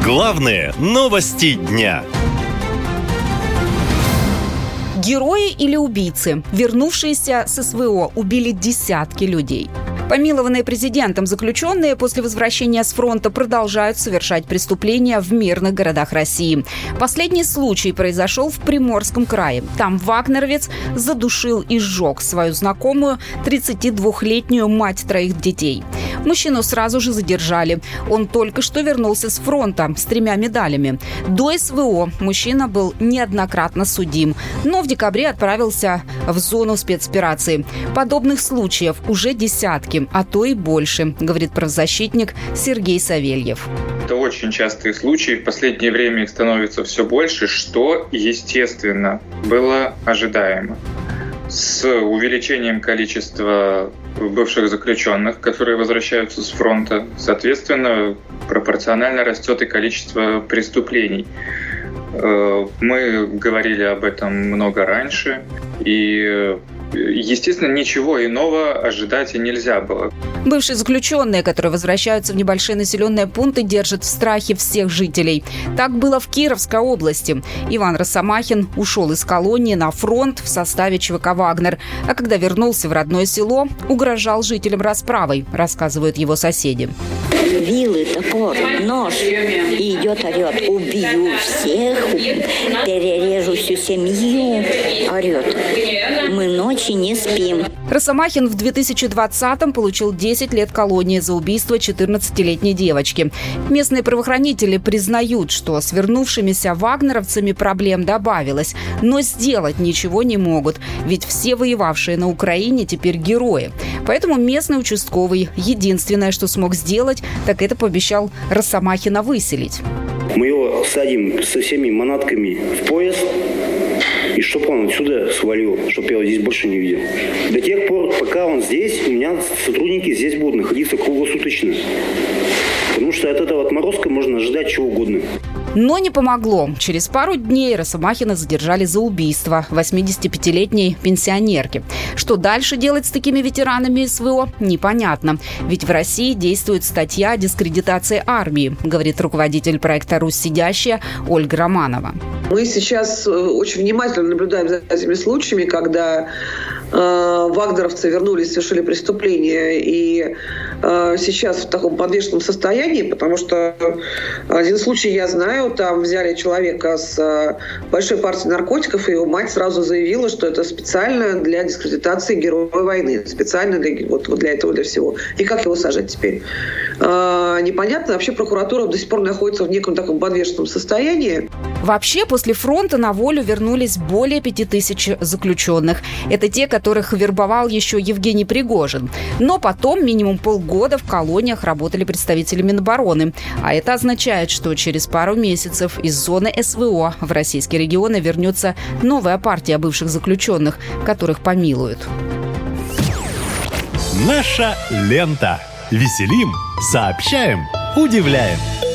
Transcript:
Главные новости дня. Герои или убийцы? Вернувшиеся с СВО убили десятки людей. Помилованные президентом заключенные после возвращения с фронта продолжают совершать преступления в мирных городах России. Последний случай произошел в Приморском крае. Там вагнеровец задушил и сжег свою знакомую 32-летнюю мать троих детей. Мужчину сразу же задержали. Он только что вернулся с фронта с 3 медалями. До СВО мужчина был неоднократно судим, но в декабре отправился в зону спецоперации. Подобных случаев уже десятки, а то и больше, говорит правозащитник Сергей Савельев. Это очень частые случаи. В последнее время их становится все больше, что, естественно, было ожидаемо. С увеличением количества бывших заключенных, которые возвращаются с фронта, соответственно, пропорционально растет и количество преступлений. Мы говорили об этом много раньше, и, естественно, ничего иного ожидать и нельзя было. Бывшие заключенные, которые возвращаются в небольшие населенные пункты, держат в страхе всех жителей. Так было в Кировской области. Иван Росомахин ушел из колонии на фронт в составе ЧВК «Вагнер», а когда вернулся в родное село, угрожал жителям расправой, рассказывают его соседи. Вилы, топор, нож. И идет, орет: убью всех, перережу всю семью. Орет: мы ночи не спим. Росомахин в 2020-м получил 10 лет колонии за убийство 14-летней девочки. Местные правоохранители признают, что с вернувшимися вагнеровцами проблем добавилось, но сделать ничего не могут, ведь все воевавшие на Украине теперь герои. Поэтому местный участковый единственное, что смог сделать, так это пообещал Росомахина выселить. Мы его садим со всеми манатками в поезд, и чтобы он отсюда свалил, чтобы я его здесь больше не видел. До тех пор, пока он здесь, у меня сотрудники здесь будут находиться круглосуточно. Потому что от этого отморозка можно ожидать чего угодно. Но не помогло. Через пару дней Росомахина задержали за убийство 85-летней пенсионерки. Что дальше делать с такими ветеранами СВО, непонятно. Ведь в России действует статья о дискредитации армии, говорит руководитель проекта «Русь сидящая» Ольга Романова. Мы сейчас очень внимательно наблюдаем за этими случаями, когда вагнеровцы вернулись, совершили преступление и сейчас в таком подвешенном состоянии, потому что один случай я знаю, там взяли человека с большой партией наркотиков, и его мать сразу заявила, что это специально для дискредитации героя войны, специально для этого, для всего. И как его сажать теперь? Непонятно. Вообще прокуратура до сих пор находится в неком таком подвешенном состоянии. Вообще, после фронта на волю вернулись более 5000 заключенных. Это те, которых вербовал еще Евгений Пригожин. Но потом минимум полгода в колониях работали представители Минобороны. А это означает, что через пару месяцев из зоны СВО в российские регионы вернется новая партия бывших заключенных, которых помилуют. Наша лента. Веселим, сообщаем, удивляем.